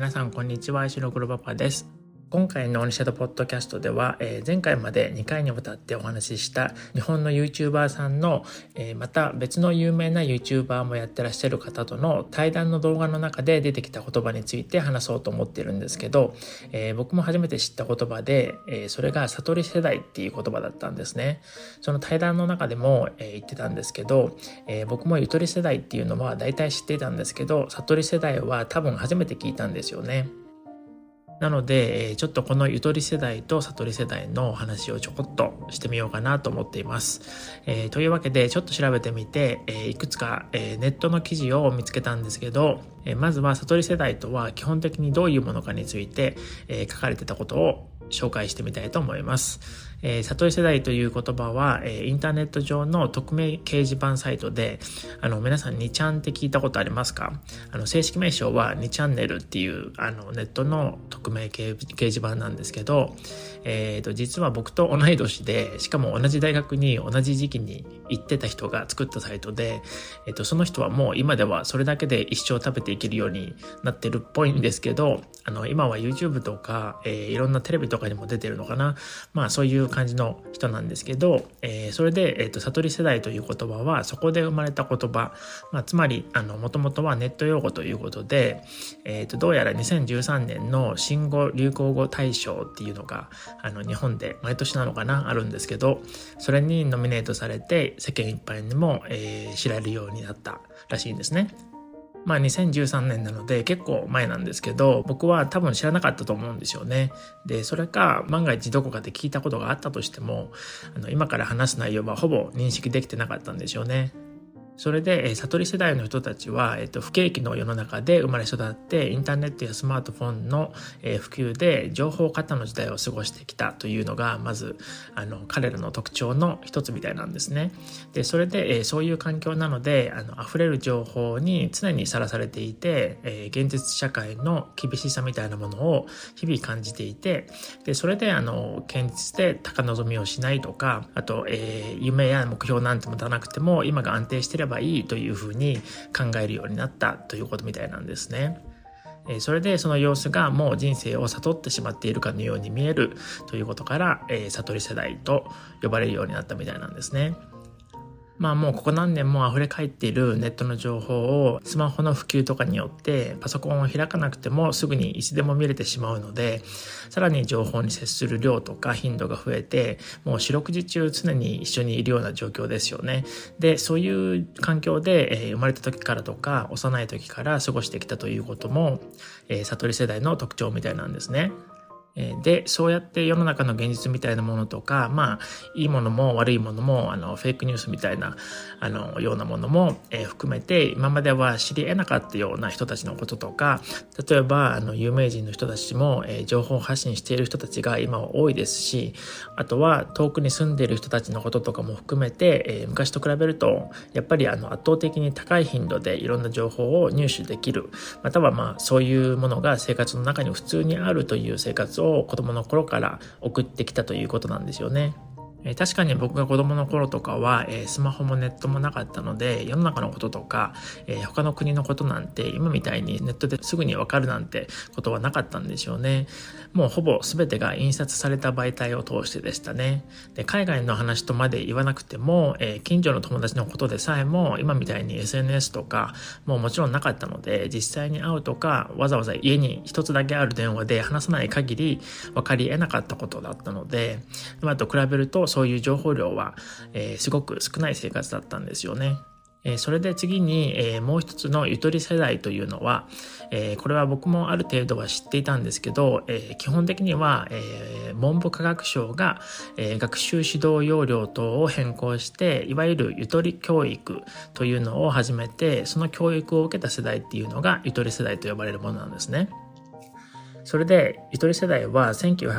皆さんこんにちは、白黒パパです。今回のオニシャドポッドキャストでは、前回まで2回にわたってお話しした日本の YouTuber さんの、また別の有名な YouTuber もやってらっしゃる方との対談の動画の中で出てきた言葉について話そうと思っているんですけど、僕も初めて知った言葉で、それが悟り世代っていう言葉だったんですね。その対談の中でも、言ってたんですけど、僕もゆとり世代っていうのは大体知っていたんですけど、悟り世代は多分初めて聞いたんですよね。なので、ちょっとこのゆとり世代と悟り世代の話をちょこっとしてみようかなと思っています。というわけでちょっと調べてみて、いくつか、ネットの記事を見つけたんですけど、まずは悟り世代とは基本的にどういうものかについて、書かれてたことを紹介してみたいと思います。悟り世代という言葉は、インターネット上の匿名掲示板サイトで、皆さん2ちゃんって聞いたことありますか？正式名称は2チャンネルっていうネットの匿名掲示板なんですけど、実は僕と同い年で、しかも同じ大学に同じ時期に行ってた人が作ったサイトで、その人はもう今ではそれだけで一生食べていけるようになってるっぽいんですけど、今は YouTube とか、いろんなテレビとかにも出てるのかな。まあそういう感じの人なんですけど、それで、悟り世代という言葉はそこで生まれた言葉、つまりもともとはネット用語ということで、どうやら2013年の新語・流行語大賞っていうのが日本で毎年なのかなあるんですけど、それにノミネートされて世間一般にも、知られるようになったらしいんですね。2013年なので結構前なんですけど、僕は多分知らなかったと思うんですよね。で、それか万が一どこかで聞いたことがあったとしても、今から話す内容はほぼ認識できてなかったんですよね。それで悟り世代の人たちは、不景気の世の中で生まれ育ってインターネットやスマートフォンの普及で情報過多の時代を過ごしてきたというのがまず彼らの特徴の一つみたいなんですね。で、それでそういう環境なので溢れる情報に常にさらされていて、現実社会の厳しさみたいなものを日々感じていて、でそれで現実で高望みをしないとか、あと、夢や目標なんて持たなくても今が安定していればいいというふうに考えるようになったということみたいなんですね。それでその様子がもう人生を悟ってしまっているかのように見えるということから、悟り世代と呼ばれるようになったみたいなんですね。もうここ何年も溢れ返っているネットの情報をスマホの普及とかによってパソコンを開かなくてもすぐにいつでも見れてしまうので、さらに情報に接する量とか頻度が増えて、もう四六時中常に一緒にいるような状況ですよね。で、そういう環境で、生まれた時からとか幼い時から過ごしてきたということも、悟り世代の特徴みたいなんですね。で、そうやって世の中の現実みたいなものとか、いいものも悪いものも、フェイクニュースみたいな、ようなものも、含めて、今までは知り得なかったような人たちのこととか、例えば、有名人の人たちも、情報発信している人たちが今は多いですし、あとは遠くに住んでいる人たちのこととかも含めて、昔と比べると、やっぱり圧倒的に高い頻度でいろんな情報を入手できる、またはそういうものが生活の中に普通にあるという生活を子供の頃から送ってきたということなんですよね。確かに僕が子供の頃とかは、スマホもネットもなかったので、世の中のこととか、他の国のことなんて今みたいにネットですぐにわかるなんてことはなかったんですよね。もうほぼ全てが印刷された媒体を通してでしたね。で、海外の話とまで言わなくても、近所の友達のことでさえも今みたいに SNS とかもちろんなかったので、実際に会うとかわざわざ家に一つだけある電話で話さない限り分かり得なかったことだったので、今と比べるとそういう情報量は、すごく少ない生活だったんですよね。それで次に、もう一つのゆとり世代というのは、これは僕もある程度は知っていたんですけど、基本的には、文部科学省が、学習指導要領等を変更して、いわゆるゆとり教育というのを始めて、その教育を受けた世代っていうのがゆとり世代と呼ばれるものなんですね。それでゆとり世代は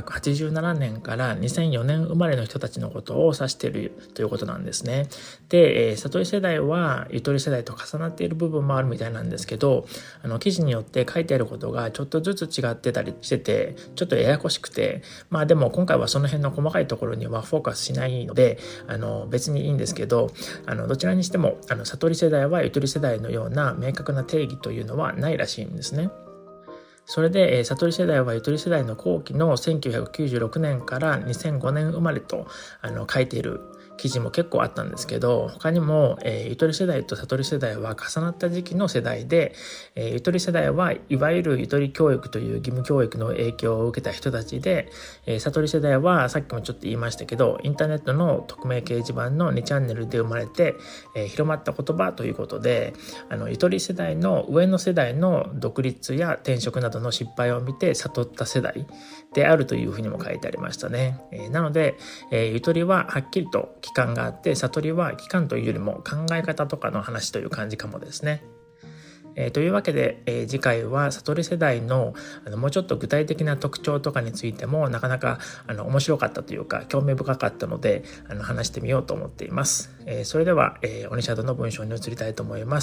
1987年から2004年生まれの人たちのことを指しているということなんですね。で、悟り世代はゆとり世代と重なっている部分もあるみたいなんですけど、記事によって書いてあることがちょっとずつ違ってたりしてて、ちょっとややこしくて、でも今回はその辺の細かいところにはフォーカスしないので、別にいいんですけど、どちらにしても悟り世代はゆとり世代のような明確な定義というのはないらしいんですね。 それで、悟り世代はゆとり世代の後期の1996年から2005年生まれと書いている記事も結構あったんですけど、他にも、ゆとり世代と悟り世代は重なった時期の世代で、ゆとり世代はいわゆるゆとり教育という義務教育の影響を受けた人たちで、悟り世代はさっきもちょっと言いましたけど、インターネットの匿名掲示板の2チャンネルで生まれて、広まった言葉ということで、ゆとり世代の上の世代の独立や転職などの失敗を見て悟った世代であるというふうにも書いてありましたね。なので、ゆとりははっきりと期間があって、悟りは期間というよりも考え方とかの話という感じかもですね。というわけで、次回は悟り世代のもうちょっと具体的な特徴とかについてもなかなか面白かったというか興味深かったので話してみようと思っています。それでは、オニシャドの文章に移りたいと思います。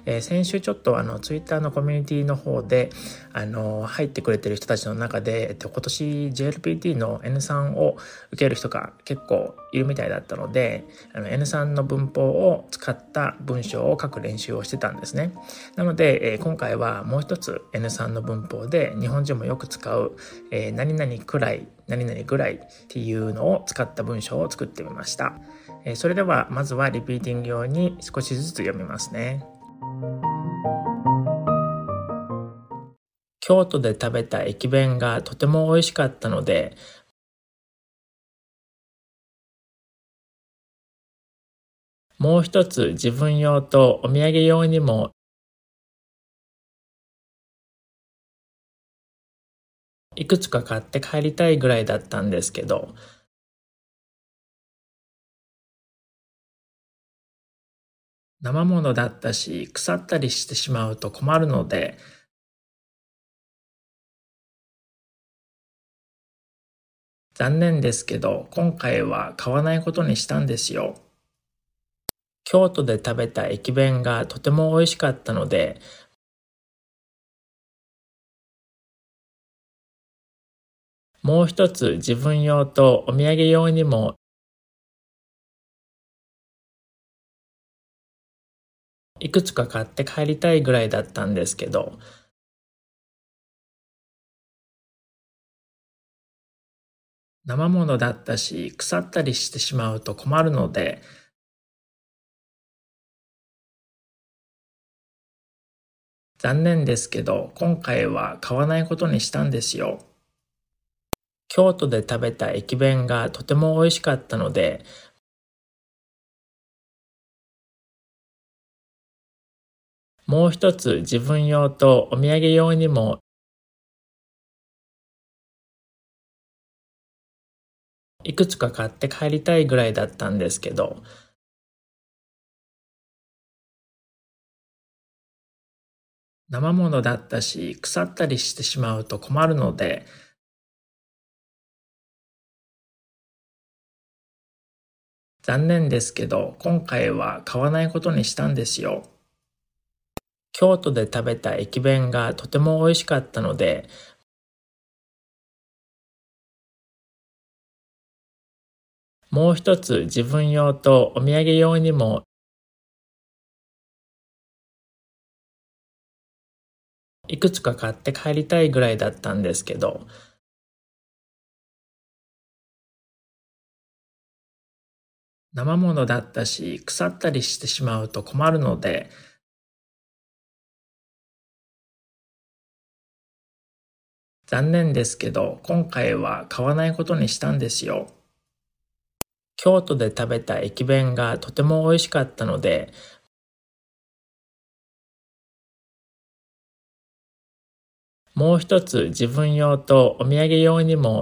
先週ちょっとツイッターのコミュニティの方で入ってくれてる人たちの中で、今年 JLPT の N3 を受ける人が結構いるみたいだったので、N3 の文法を使った文章を書く練習をしてたんですね。なので、今回はもう一つ N3 の文法で日本人もよく使う、何々くらい何々ぐらいっていうのを使った文章を作ってみました。それではまずはリピーティング用に少しずつ読みますね。京都で食べた駅弁がとても美味しかったので、もう一つ自分用とお土産用にもいくつか買って帰りたいぐらいだったんですけど、生ものだったし腐ったりしてしまうと困るので、残念ですけど今回は買わないことにしたんですよ。京都で食べた駅弁がとても美味しかったので、もう一つ自分用とお土産用にもいくつか買って帰りたいぐらいだったんですけど、生ものだったし腐ったりしてしまうと困るので、残念ですけど今回は買わないことにしたんですよ。京都で食べた駅弁がとても美味しかったので、もう一つ自分用とお土産用にもいくつか買って帰りたいぐらいだったんですけど、生ものだったし腐ったりしてしまうと困るので、残念ですけど今回は買わないことにしたんですよ。京都で食べた駅弁がとても美味しかったので、もう一つ自分用とお土産用にもいくつか買って帰りたいぐらいだったんですけど、生ものだったし腐ったりしてしまうと困るので、残念ですけど今回は買わないことにしたんですよ。京都で食べた駅弁がとても美味しかったので、もう一つ自分用とお土産用にも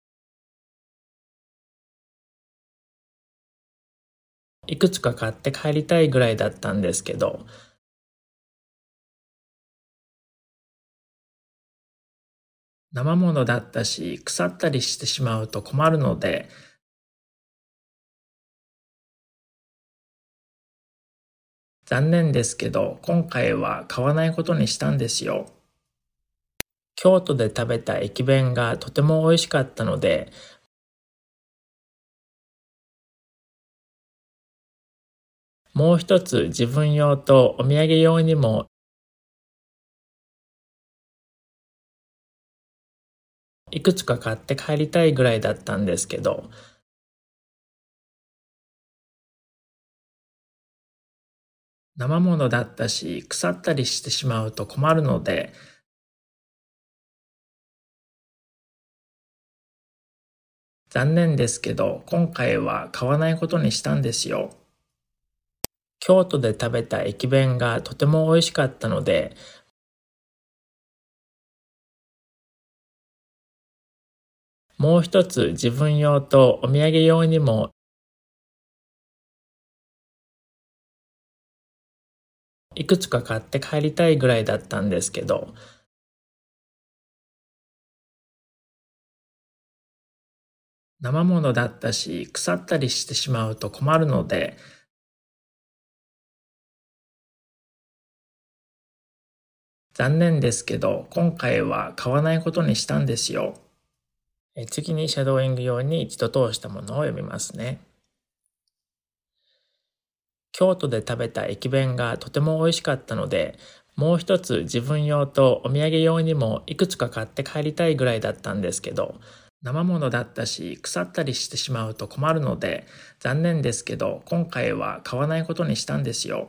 いくつか買って帰りたいぐらいだったんですけど、生ものだったし腐ったりしてしまうと困るので、残念ですけど今回は買わないことにしたんですよ。京都で食べた駅弁がとても美味しかったので、もう一つ自分用とお土産用にもいくつか買って帰りたいぐらいだったんですけど、生ものだったし腐ったりしてしまうと困るので、残念ですけど今回は買わないことにしたんですよ。京都で食べた駅弁がとても美味しかったので、もう一つ自分用とお土産用にもいくつか買って帰りたいぐらいだったんですけど、生ものだったし腐ったりしてしまうと困るので、残念ですけど今回は買わないことにしたんですよ。次にシャドーイング用に一度通したものを読みますね。京都で食べた駅弁がとても美味しかったので、もう一つ自分用とお土産用にもいくつか買って帰りたいぐらいだったんですけど、生ものだったし腐ったりしてしまうと困るので、残念ですけど今回は買わないことにしたんですよ。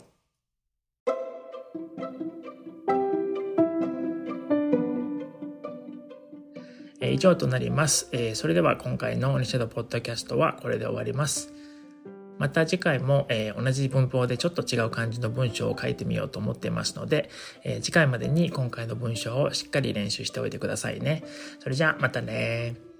以上となります。それでは今回の西田ポッドキャストはこれで終わります。また次回も、同じ文法でちょっと違う感じの文章を書いてみようと思っていますので、次回までに今回の文章をしっかり練習しておいてくださいね。それじゃあまたね。